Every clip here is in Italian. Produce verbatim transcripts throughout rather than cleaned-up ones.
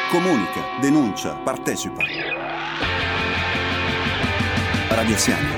Comunica, denuncia, partecipa. Radio Siani.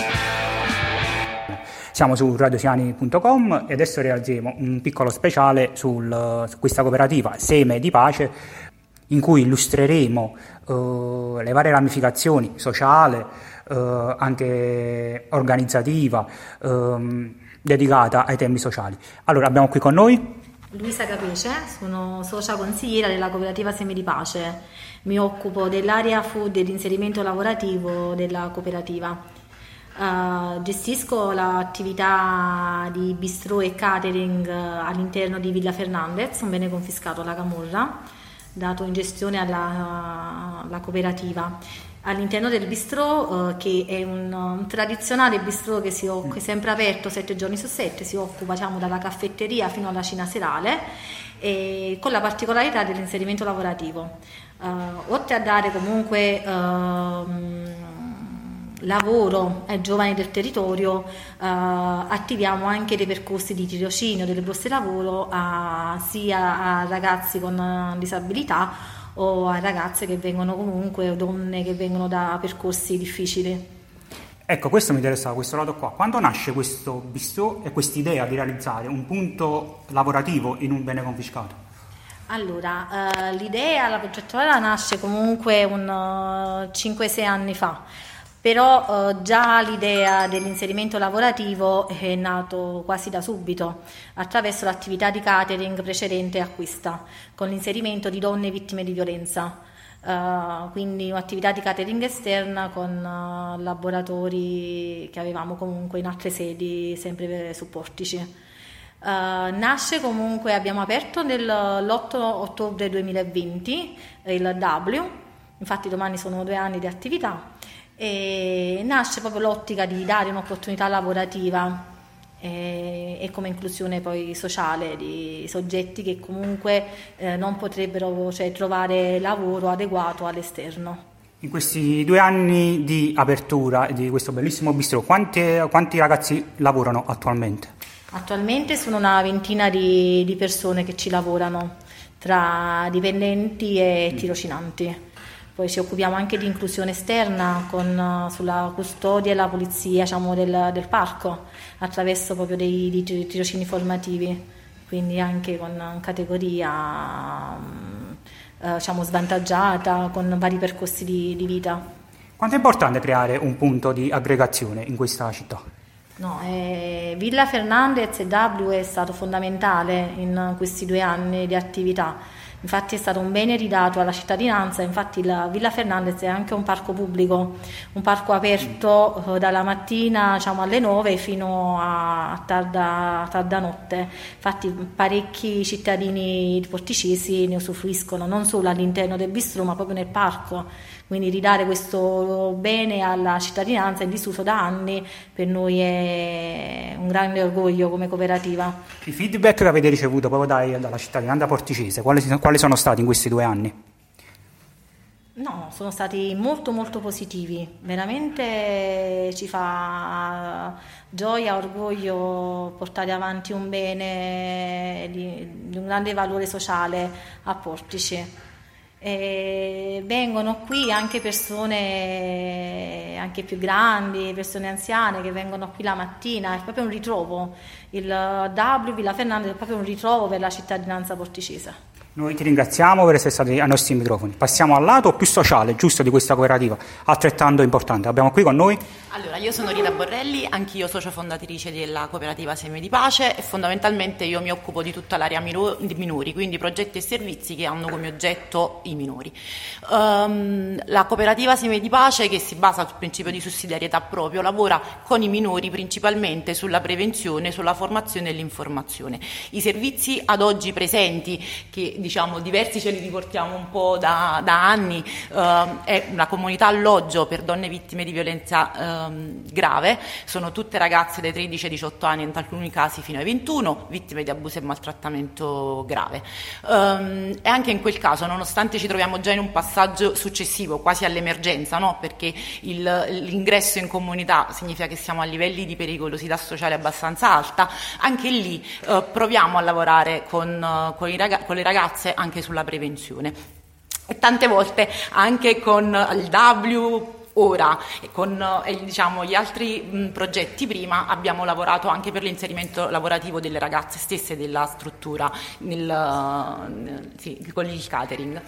Siamo su radiosiani punto com e adesso realizziamo un piccolo speciale sul, su questa cooperativa Seme di Pace, in cui illustreremo uh, le varie ramificazioni sociale, uh, anche organizzativa, um, dedicata ai temi sociali. Allora, abbiamo qui con noi Luisa Capece, sono socia consigliera della cooperativa Seme di Pace. Mi occupo dell'area food e dell'inserimento lavorativo della cooperativa. Uh, gestisco l'attività di bistrò e catering all'interno di Villa Fernandez, un bene confiscato alla camorra, dato in gestione alla, alla cooperativa. All'interno del bistrò, uh, che è un, un tradizionale bistrò che si occupa, è sempre aperto sette giorni su sette, si occupa, diciamo, dalla caffetteria fino alla cena serale, e con la particolarità dell'inserimento lavorativo. Uh, oltre a dare comunque uh, lavoro ai giovani del territorio, uh, attiviamo anche dei percorsi di tirocinio, delle borse lavoro a, sia a ragazzi con uh, disabilità o a ragazze che vengono comunque, o donne che vengono da percorsi difficili. Ecco, questo mi interessava, questo lato qua. Quando nasce questo bistrò e quest'idea di realizzare un punto lavorativo in un bene confiscato? Allora, eh, l'idea, la progettualità nasce comunque un uh, cinque sei anni fa, però uh, già l'idea dell'inserimento lavorativo è nato quasi da subito, attraverso l'attività di catering precedente a questa, con l'inserimento di donne vittime di violenza. Uh, quindi un'attività di catering esterna con uh, laboratori che avevamo comunque in altre sedi, sempre su Portici. Uh, nasce comunque, abbiamo aperto l'otto ottobre duemilaventi il W, infatti domani sono due anni di attività, e nasce proprio l'ottica di dare un'opportunità lavorativa e, e come inclusione poi sociale di soggetti che comunque eh, non potrebbero, cioè, trovare lavoro adeguato all'esterno. In questi due anni di apertura di questo bellissimo bistrò, quanti, quanti ragazzi lavorano attualmente? Attualmente sono una ventina di, di persone che ci lavorano, tra dipendenti e tirocinanti. Poi ci occupiamo anche di inclusione esterna con, sulla custodia e la pulizia, diciamo, del, del parco, attraverso proprio dei, dei tirocini formativi, quindi anche con categoria eh, diciamo, svantaggiata, con vari percorsi di, di vita. Quanto è importante creare un punto di aggregazione in questa città? No, eh, Villa Fernandez e W è stato fondamentale in questi due anni di attività. Infatti è stato un bene ridato alla cittadinanza, infatti la Villa Fernandez è anche un parco pubblico, un parco aperto eh, dalla mattina, diciamo, alle nove fino a tarda, a tarda notte. Infatti parecchi cittadini porticesi ne usufruiscono, non solo all'interno del bistrò ma proprio nel parco. Quindi ridare questo bene alla cittadinanza è in disuso da anni, per noi è un grande orgoglio come cooperativa. I feedback che avete ricevuto proprio dai, dalla cittadinanza porticese, quali, quali sono stati in questi due anni? No, sono stati molto molto positivi, veramente ci fa gioia, orgoglio portare avanti un bene di, di un grande valore sociale a Portici. E vengono qui anche persone anche più grandi, persone anziane che vengono qui la mattina, è proprio un ritrovo. Il W Villa Fernandez è proprio un ritrovo per la cittadinanza porticese. Noi ti ringraziamo per essere stati ai nostri microfoni. Passiamo al lato più sociale, giusto, di questa cooperativa, altrettanto importante. Abbiamo qui con noi... Allora, io sono Rita Borrelli, anch'io socio fondatrice della cooperativa Seme di Pace e fondamentalmente io mi occupo di tutta l'area di minori, quindi progetti e servizi che hanno come oggetto i minori. Um, la cooperativa Seme di Pace, che si basa sul principio di sussidiarietà proprio, lavora con i minori principalmente sulla prevenzione, sulla formazione e l'informazione. I servizi ad oggi presenti, che diciamo diversi ce li riportiamo un po' da, da anni, uh, è una comunità alloggio per donne vittime di violenza uh, grave, sono tutte ragazze dai tredici ai diciotto anni, in alcuni casi fino ai ventuno, vittime di abuso e maltrattamento grave. Um, e anche in quel caso, nonostante ci troviamo già in un passaggio successivo, quasi all'emergenza, no? Perché il, l'ingresso in comunità significa che siamo a livelli di pericolosità sociale abbastanza alta, anche lì uh, proviamo a lavorare con, uh, con, i raga- con le ragazze anche sulla prevenzione. e tante volte anche con il W ora e con eh, diciamo, gli altri mh, progetti prima abbiamo lavorato anche per l'inserimento lavorativo delle ragazze stesse della struttura nel, nel, sì, con il catering.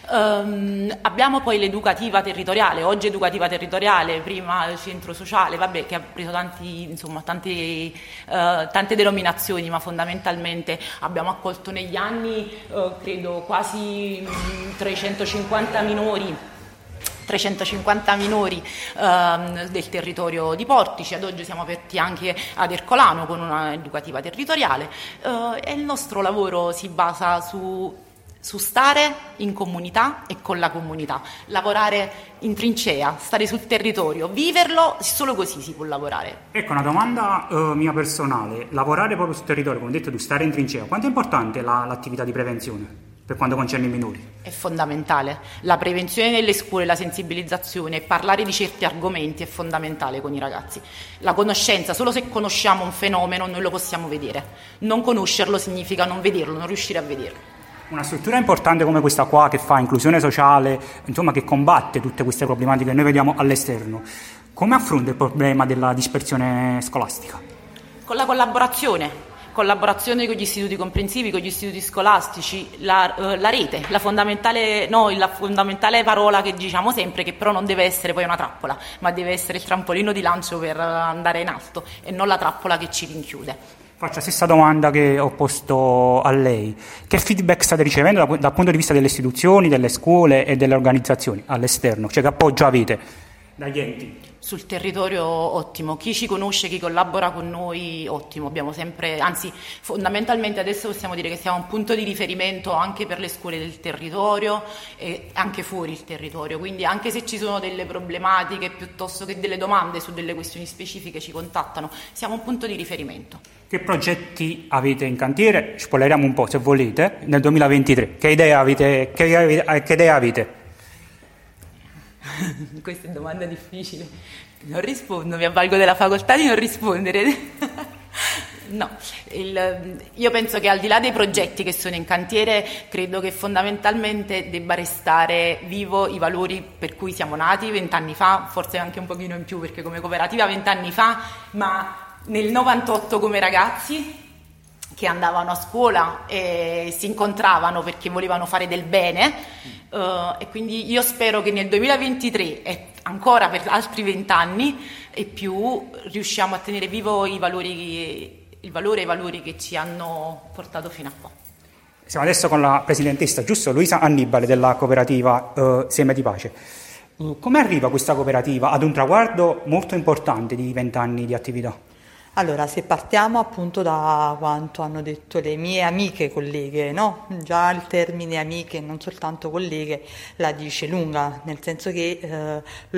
Um, abbiamo poi l'educativa territoriale, oggi educativa territoriale, prima il centro sociale, vabbè, che ha preso tanti, insomma, tanti, uh, tante denominazioni, ma fondamentalmente abbiamo accolto negli anni uh, credo quasi mh, trecentocinquanta minori trecentocinquanta minori ehm, del territorio di Portici. Ad oggi siamo aperti anche ad Ercolano con una educativa territoriale eh, e il nostro lavoro si basa su, su stare in comunità e con la comunità, lavorare in trincea, stare sul territorio, viverlo, solo così si può lavorare. Ecco, una domanda eh, mia personale, lavorare proprio sul territorio, come detto tu, stare in trincea, quanto è importante la, l'attività di prevenzione per quanto concerne i minori? È fondamentale. La prevenzione nelle scuole, la sensibilizzazione, parlare di certi argomenti è fondamentale con i ragazzi. La conoscenza, solo se conosciamo un fenomeno noi lo possiamo vedere. Non conoscerlo significa non vederlo, non riuscire a vederlo. Una struttura importante come questa qua, che fa inclusione sociale, insomma che combatte tutte queste problematiche che noi vediamo all'esterno, come affronta il problema della dispersione scolastica? Con la collaborazione. Collaborazione con gli istituti comprensivi, con gli istituti scolastici, la, eh, la rete, la fondamentale, no, la fondamentale parola che diciamo sempre, che però non deve essere poi una trappola, ma deve essere il trampolino di lancio per andare in alto e non la trappola che ci rinchiude. Faccio la stessa domanda che ho posto a lei. Che feedback state ricevendo da, dal punto di vista delle istituzioni, delle scuole e delle organizzazioni all'esterno? Cioè che appoggio avete dagli enti? Sul territorio ottimo, chi ci conosce, chi collabora con noi ottimo, abbiamo sempre, anzi fondamentalmente adesso possiamo dire che siamo un punto di riferimento anche per le scuole del territorio e anche fuori il territorio, quindi anche se ci sono delle problematiche piuttosto che delle domande su delle questioni specifiche ci contattano, siamo un punto di riferimento. Che progetti avete in cantiere? Spoileriamo un po' se volete, nel duemilaventitré, che idee avete? Che, che idee avete? Questa è una domanda difficile, non rispondo, mi avvalgo della facoltà di non rispondere. No, il, io penso che al di là dei progetti che sono in cantiere, credo che fondamentalmente debba restare vivo i valori per cui siamo nati vent'anni fa, forse anche un pochino in più perché come cooperativa vent'anni fa, ma nel novantotto come ragazzi che andavano a scuola e si incontravano perché volevano fare del bene uh, e quindi io spero che nel duemilaventitré e ancora per altri vent'anni e più riusciamo a tenere vivo i valori, il valore e i valori che ci hanno portato fino a qua. Siamo adesso con la presidentessa, giusto? Luisa Annibale della cooperativa uh, Seme di Pace. Uh, come arriva questa cooperativa ad un traguardo molto importante di vent'anni di attività? Allora, se partiamo appunto da quanto hanno detto le mie amiche colleghe, no? Già il termine amiche, non soltanto colleghe, la dice lunga, nel senso che eh,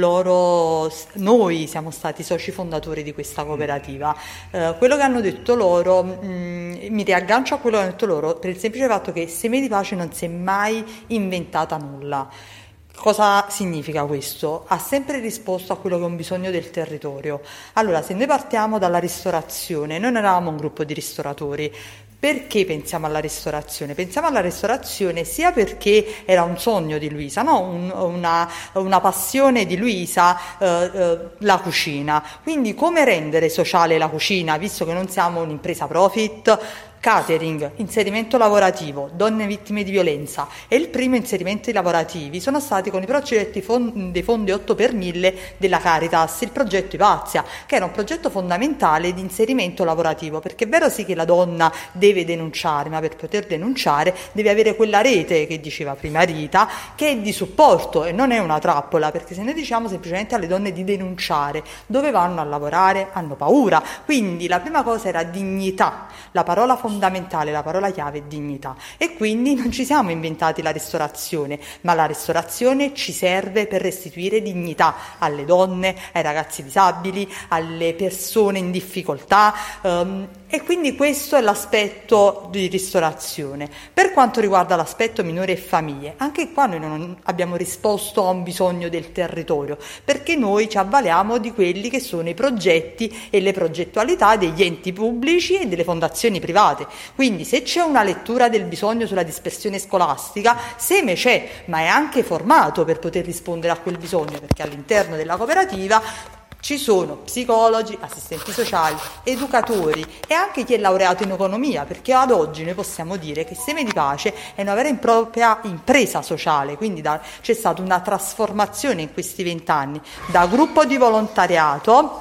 loro, noi siamo stati soci fondatori di questa cooperativa. Eh, quello che hanno detto loro, mh, mi riaggancio a quello che hanno detto loro, per il semplice fatto che Seme di Pace non si è mai inventata nulla. Cosa significa questo? Ha sempre risposto a quello che è un bisogno del territorio. Allora, se noi partiamo dalla ristorazione, noi non eravamo un gruppo di ristoratori. Perché pensiamo alla ristorazione? Pensiamo alla ristorazione sia perché era un sogno di Luisa, no? un, una, una passione di Luisa, eh, eh, la cucina. Quindi come rendere sociale la cucina, visto che non siamo un'impresa profit? Catering, inserimento lavorativo, donne vittime di violenza e il primo inserimenti lavorativi sono stati con i progetti fond- dei fondi otto per mille della Caritas, il progetto Ipazia, che era un progetto fondamentale di inserimento lavorativo, perché è vero sì che la donna deve denunciare, ma per poter denunciare deve avere quella rete che diceva prima Rita, che è di supporto e non è una trappola, perché se noi diciamo semplicemente alle donne di denunciare, dove vanno a lavorare? Hanno paura. Quindi la prima cosa era dignità, la parola fondamentale fondamentale, la parola chiave è dignità, e quindi non ci siamo inventati la ristorazione, ma la ristorazione ci serve per restituire dignità alle donne, ai ragazzi disabili, alle persone in difficoltà, um, e quindi questo è l'aspetto di ristorazione. Per quanto riguarda l'aspetto minore e famiglie, anche qua noi non abbiamo risposto a un bisogno del territorio, perché noi ci avvaliamo di quelli che sono i progetti e le progettualità degli enti pubblici e delle fondazioni private. state. Quindi se c'è una lettura del bisogno sulla dispersione scolastica, Seme c'è, ma è anche formato per poter rispondere a quel bisogno, perché all'interno della cooperativa ci sono psicologi, assistenti sociali, educatori e anche chi è laureato in economia, perché ad oggi noi possiamo dire che Seme di Pace è una vera e propria impresa sociale, quindi da, c'è stata una trasformazione in questi vent'anni da gruppo di volontariato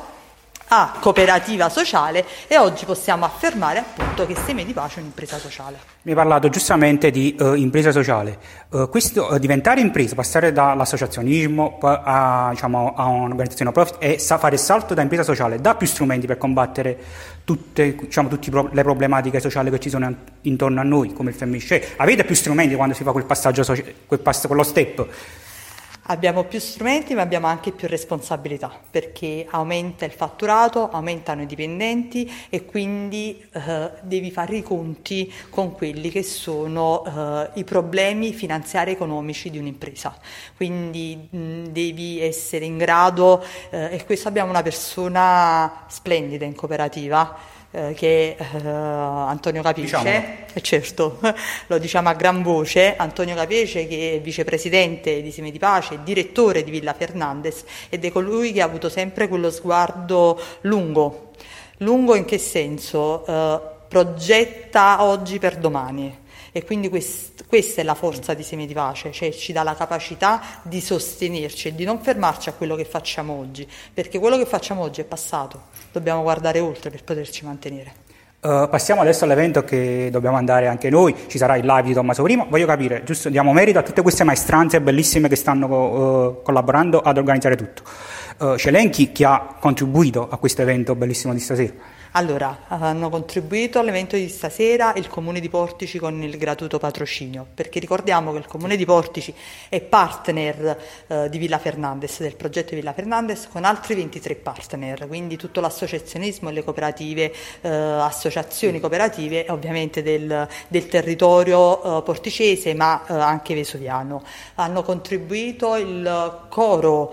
a cooperativa sociale, e oggi possiamo affermare appunto che Seme di Pace è un'impresa sociale. Mi hai parlato giustamente di uh, impresa sociale. Uh, questo, uh, diventare impresa, passare dall'associazionismo a, diciamo, a un'organizzazione profit e sa fare il salto da impresa sociale, dà più strumenti per combattere tutte, diciamo, tutte pro- le problematiche sociali che ci sono intorno a noi, come il femminicidio. Avete più strumenti quando si fa quel passaggio, socia- quel passo, quello step? Abbiamo più strumenti, ma abbiamo anche più responsabilità, perché aumenta il fatturato, aumentano i dipendenti e quindi eh, devi fare i conti con quelli che sono eh, i problemi finanziari e economici di un'impresa. Quindi mh, devi essere in grado, eh, e questo abbiamo una persona splendida in cooperativa, che è uh, Antonio Capice, eh, certo, lo diciamo a gran voce, Antonio Capice, che è vicepresidente di Seme di Pace, direttore di Villa Fernandez, ed è colui che ha avuto sempre quello sguardo lungo. Lungo in che senso? Uh, progetta oggi per domani. E quindi quest, questa è la forza di Seme di Pace, cioè ci dà la capacità di sostenerci e di non fermarci a quello che facciamo oggi, perché quello che facciamo oggi è passato, dobbiamo guardare oltre per poterci mantenere. Uh, passiamo adesso all'evento che dobbiamo andare anche noi, ci sarà il live di Tommaso Primo. Voglio capire, giusto, diamo merito a tutte queste maestranze bellissime che stanno uh, collaborando ad organizzare tutto. Uh, ci elenchi chi ha contribuito a questo evento bellissimo di stasera? Allora, hanno contribuito all'evento di stasera il Comune di Portici con il gratuito patrocinio, perché ricordiamo che il Comune di Portici è partner eh, di Villa Fernandez, del progetto di Villa Fernandez, con altri ventitré partner, quindi tutto l'associazionismo e le cooperative, eh, associazioni cooperative ovviamente del, del territorio eh, porticese, ma eh, anche vesuviano. Hanno contribuito il coro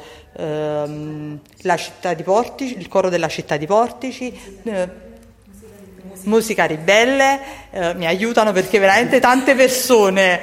Ehm, la città di Portici, il coro della città di Portici, eh, Musica Ribelle, eh, mi aiutano perché veramente tante persone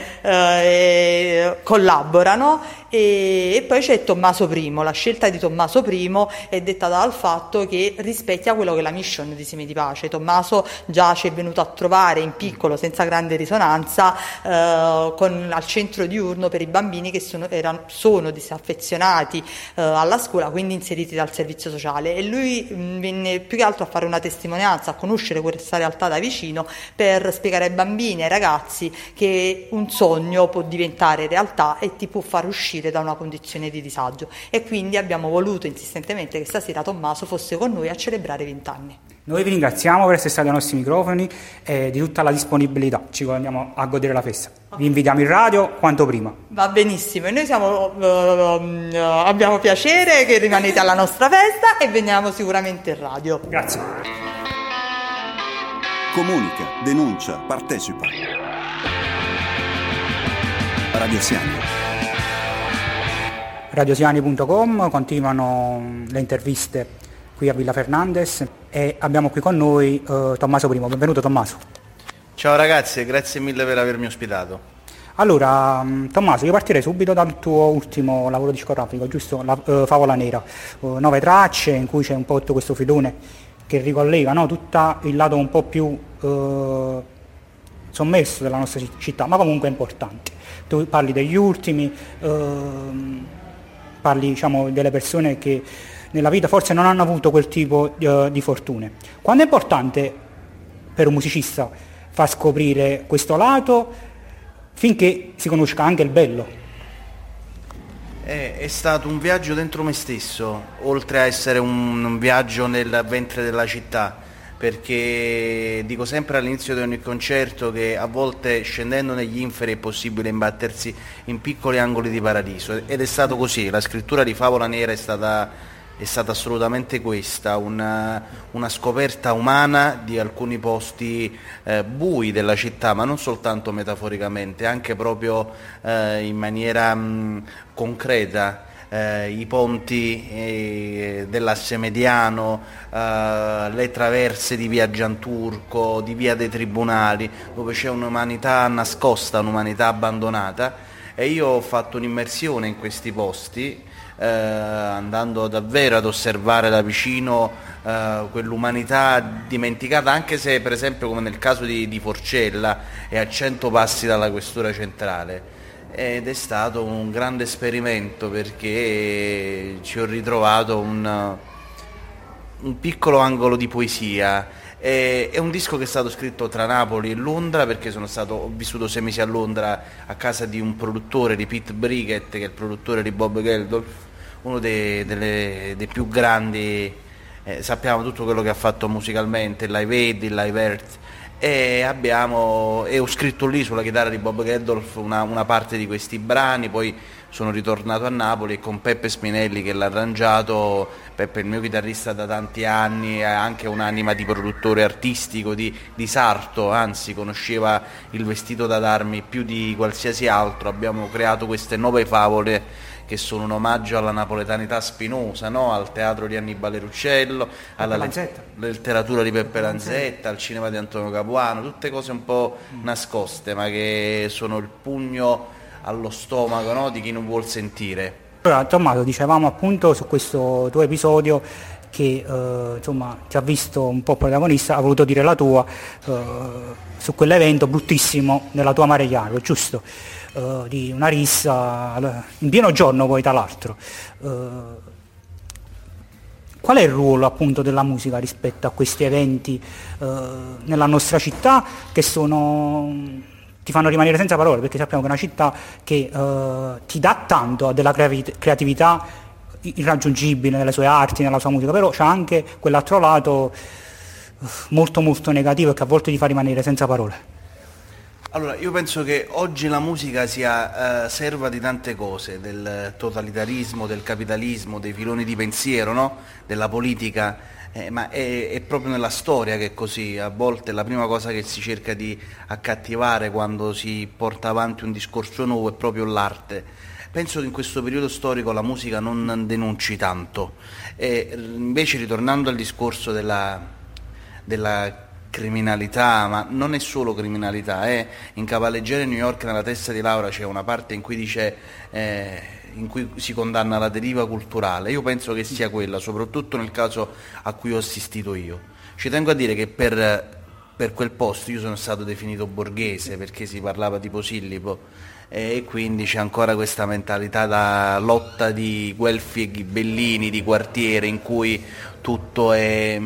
eh, collaborano, e, e poi c'è Tommaso Primo. La scelta di Tommaso Primo è dettata dal fatto che rispecchia quello che è la mission di Seme di Pace. Tommaso già ci è venuto a trovare in piccolo, senza grande risonanza, eh, con, al centro diurno per i bambini che sono, erano, sono disaffezionati eh, alla scuola, quindi inseriti dal servizio sociale, e lui mh, venne più che altro a fare una testimonianza, a conoscere questa realtà da vicino, per spiegare ai bambini e ai ragazzi che un sogno può diventare realtà e ti può far uscire da una condizione di disagio. E quindi abbiamo voluto insistentemente che stasera Tommaso fosse con noi a celebrare vent'anni. Noi vi ringraziamo per essere stati ai nostri microfoni e di tutta la disponibilità, ci andiamo a godere la festa. Vi invitiamo in radio quanto prima. Va benissimo, e noi siamo, uh, uh, abbiamo piacere che rimanete alla nostra festa e veniamo sicuramente in radio. Grazie. Comunica, denuncia, partecipa. Radio Siani. radiosiani punto com, continuano le interviste qui a Villa Fernandez e abbiamo qui con noi uh, Tommaso Primo. Benvenuto Tommaso. Ciao ragazzi, grazie mille per avermi ospitato. Allora, um, Tommaso, io partirei subito dal tuo ultimo lavoro discografico, giusto? La uh, Favola Nera, uh, nove tracce in cui c'è un po' tutto questo filone che ricollega, no? Tutto il lato un po' più uh, sommerso della nostra città, ma comunque importante. Tu parli degli ultimi, uh, parli, diciamo, delle persone che nella vita forse non hanno avuto quel tipo di, uh, di fortune. Quando è importante per un musicista far scoprire questo lato finché si conosca anche il bello? È, è stato un viaggio dentro me stesso, oltre a essere un, un viaggio nel ventre della città, perché dico sempre all'inizio di ogni concerto che a volte scendendo negli inferi è possibile imbattersi in piccoli angoli di paradiso, ed è stato così. La scrittura di Favola Nera è stata, è stata assolutamente questa, una, una scoperta umana di alcuni posti eh, bui della città, ma non soltanto metaforicamente, anche proprio eh, in maniera mh, concreta. eh, i ponti eh, dell'Asse Mediano, eh, le traverse di via Gianturco, di via dei Tribunali, dove c'è un'umanità nascosta, un'umanità abbandonata, e io ho fatto un'immersione in questi posti, eh, andando davvero ad osservare da vicino eh, quell'umanità dimenticata, anche se per esempio come nel caso di, di Forcella è a cento passi dalla questura centrale. Ed è stato un grande esperimento, perché ci ho ritrovato un, un piccolo angolo di poesia. È un disco che è stato scritto tra Napoli e Londra, perché sono stato, ho vissuto sei mesi a Londra a casa di un produttore, di Pete Brickett, che è il produttore di Bob Geldof, uno dei, delle, dei più grandi, eh, sappiamo tutto quello che ha fatto musicalmente, il Live Aid, il Live Earth, e abbiamo e ho scritto lì sulla chitarra di Bob Geldof una, una parte di questi brani. Poi sono ritornato a Napoli e con Peppe Spinelli, che l'ha arrangiato. Peppe è il mio chitarrista da tanti anni, ha anche un'anima di produttore artistico, di, di sarto, anzi conosceva il vestito da darmi più di qualsiasi altro. Abbiamo creato queste nove favole che sono un omaggio alla napoletanità spinosa, no? Al teatro di Annibale Ruccello, alla le- letteratura di Peppe Lanzetta, al cinema di Antonio Capuano, tutte cose un po' nascoste, ma che sono il pugno allo stomaco, no? Di chi non vuol sentire. Allora, Tommaso, dicevamo appunto su questo tuo episodio che eh, insomma ti ha visto un po' protagonista, ha voluto dire la tua eh, su quell'evento bruttissimo nella tua Maregliano, giusto? Uh, di una rissa in pieno giorno poi tra l'altro. Uh, qual è il ruolo appunto della musica rispetto a questi eventi uh, nella nostra città, che sono ti fanno rimanere senza parole, perché sappiamo che è una città che uh, ti dà tanto, ha della creatività irraggiungibile nelle sue arti, nella sua musica, però c'è anche quell'altro lato uh, molto molto negativo, che a volte ti fa rimanere senza parole. Allora, io penso che oggi la musica sia eh, serva di tante cose, del totalitarismo, del capitalismo, dei filoni di pensiero, no? Della politica, eh, ma è, è proprio nella storia che è così. A volte la prima cosa che si cerca di accattivare quando si porta avanti un discorso nuovo è proprio l'arte. Penso che in questo periodo storico la musica non denunci tanto, e invece, ritornando al discorso della, della criminalità, ma non è solo criminalità, eh. In Cavalleggere New York, nella testa di Laura, c'è una parte in cui dice eh, in cui si condanna la deriva culturale. Io penso che sia quella, soprattutto nel caso a cui ho assistito io. Ci tengo a dire che per, per quel posto io sono stato definito borghese, perché si parlava di Posillipo, e quindi c'è ancora questa mentalità da lotta di guelfi e ghibellini di quartiere, in cui tutto è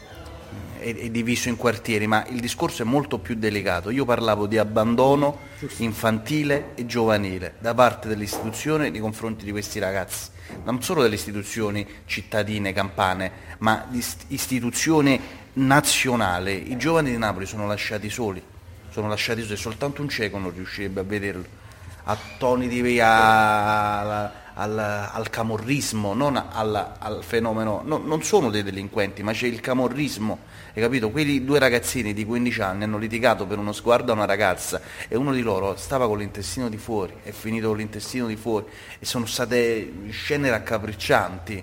è diviso in quartieri, ma il discorso è molto più delicato. Io parlavo di abbandono infantile e giovanile da parte dell'istituzione nei confronti di questi ragazzi, non solo delle istituzioni cittadine, campane, ma di istituzioni nazionali. I giovani di Napoli sono lasciati soli, sono lasciati soli, soltanto un cieco non riuscirebbe a vederlo, attoniti via al, al camorrismo, non al, al fenomeno, no, non sono dei delinquenti, ma c'è il camorrismo, hai capito? Quei due ragazzini di quindici anni hanno litigato per uno sguardo a una ragazza, e uno di loro stava con l'intestino di fuori, è finito con l'intestino di fuori, e sono state scene raccapriccianti.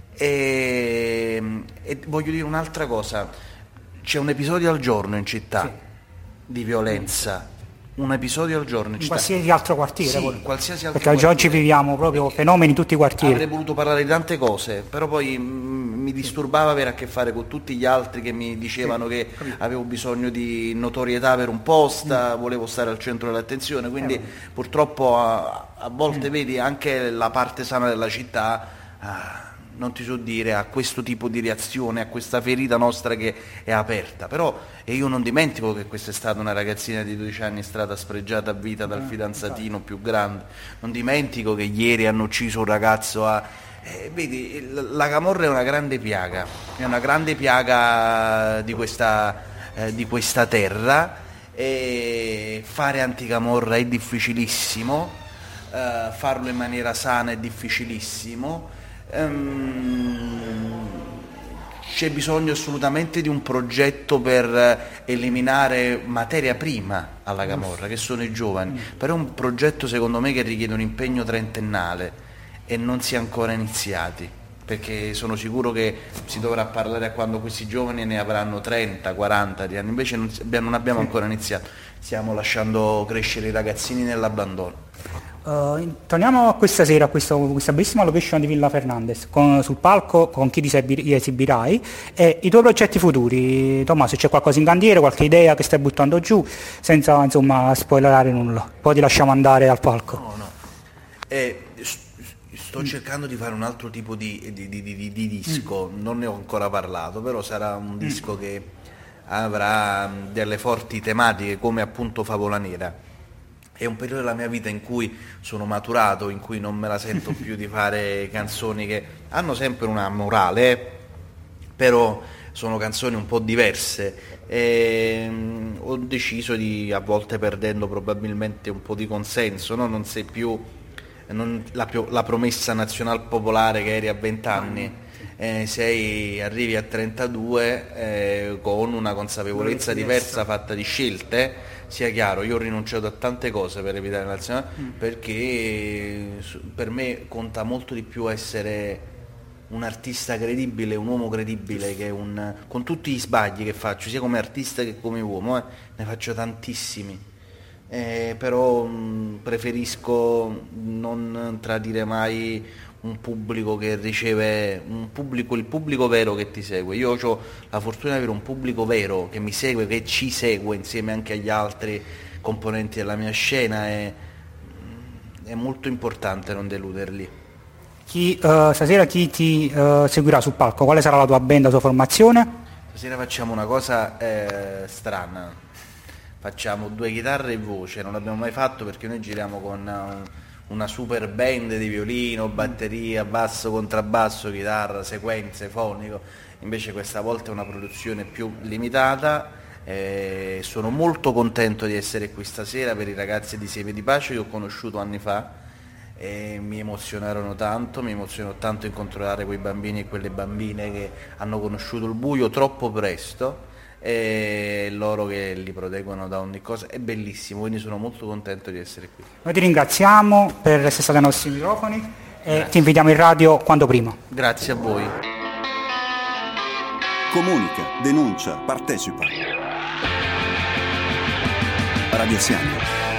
E, e voglio dire un'altra cosa, c'è un episodio al giorno in città, sì, di violenza, un episodio al giorno in, in qualsiasi altro quartiere, sì, qualsiasi altro perché quartiere. oggi viviamo proprio fenomeni in tutti i quartieri. Avrei voluto parlare di tante cose, però poi mh, mi disturbava avere a che fare con tutti gli altri che mi dicevano, sì, che capito, avevo bisogno di notorietà per un post, mm. volevo stare al centro dell'attenzione, quindi eh, purtroppo a, a volte mm. vedi anche la parte sana della città, ah, non ti so dire, a questo tipo di reazione, a questa ferita nostra che è aperta. Però, e io non dimentico che questa è stata una ragazzina di dodici anni, strada spregiata a vita dal fidanzatino più grande, non dimentico che ieri hanno ucciso un ragazzo a... Eh, vedi, la camorra è una grande piaga, è una grande piaga di questa, eh, di questa terra, e fare anticamorra è difficilissimo, eh, farlo in maniera sana è difficilissimo. Um, c'è bisogno assolutamente di un progetto per eliminare materia prima alla camorra, che sono i giovani, però è un progetto secondo me che richiede un impegno trentennale, e non si è ancora iniziati, perché sono sicuro che si dovrà parlare a quando questi giovani ne avranno trenta, quaranta di anni, invece non, non abbiamo ancora iniziato, stiamo lasciando crescere i ragazzini nell'abbandono. Uh, torniamo questa sera a questo, questa bellissima location di Villa Fernandez, con, sul palco con chi ti esibirai e i tuoi progetti futuri. Tommaso, c'è qualcosa in cantiere, qualche idea che stai buttando giù, senza insomma spoilerare nulla, poi ti lasciamo andare al palco. No, no. Eh, sto cercando di fare un altro tipo di, di, di, di, di disco, mm. non ne ho ancora parlato, però sarà un disco mm. che avrà delle forti tematiche come appunto Favola Nera. È un periodo della mia vita in cui sono maturato, in cui non me la sento più di fare canzoni che hanno sempre una morale, eh? Però sono canzoni un po' diverse. E, um, ho deciso di, a volte perdendo probabilmente un po' di consenso, no? Non sei più non, la, la promessa nazional popolare che eri a vent'anni, eh, sei, arrivi a trentadue eh, con una consapevolezza diversa fatta di scelte. Sia chiaro, io ho rinunciato a tante cose per evitare la nazionale, mm. perché per me conta molto di più essere un artista credibile, un uomo credibile, che un, con tutti gli sbagli che faccio, sia come artista che come uomo, eh, ne faccio tantissimi, eh, però mh, preferisco non tradire mai un pubblico che riceve, un pubblico, il pubblico vero che ti segue. Io ho la fortuna di avere un pubblico vero che mi segue, che ci segue insieme anche agli altri componenti della mia scena, e è molto importante non deluderli. Chi, uh, stasera chi ti uh, seguirà sul palco? Quale sarà la tua band, la tua formazione? Stasera facciamo una cosa eh, strana, facciamo due chitarre e voce, non l'abbiamo mai fatto perché noi giriamo con un una super band di violino, batteria, basso, contrabbasso, chitarra, sequenze, fonico. Invece questa volta è una produzione più limitata. Eh, sono molto contento di essere qui stasera per i ragazzi di Seme di Pace che ho conosciuto anni fa e mi emozionarono tanto, mi emozionò tanto incontrare quei bambini e quelle bambine che hanno conosciuto il buio troppo presto, e loro che li proteggono da ogni cosa. È bellissimo, quindi sono molto contento di essere qui. Noi ti ringraziamo per essere stato ai nostri microfoni e grazie. Ti invitiamo in radio quanto prima. Grazie a voi. Comunica, denuncia, partecipa. Radio Siani.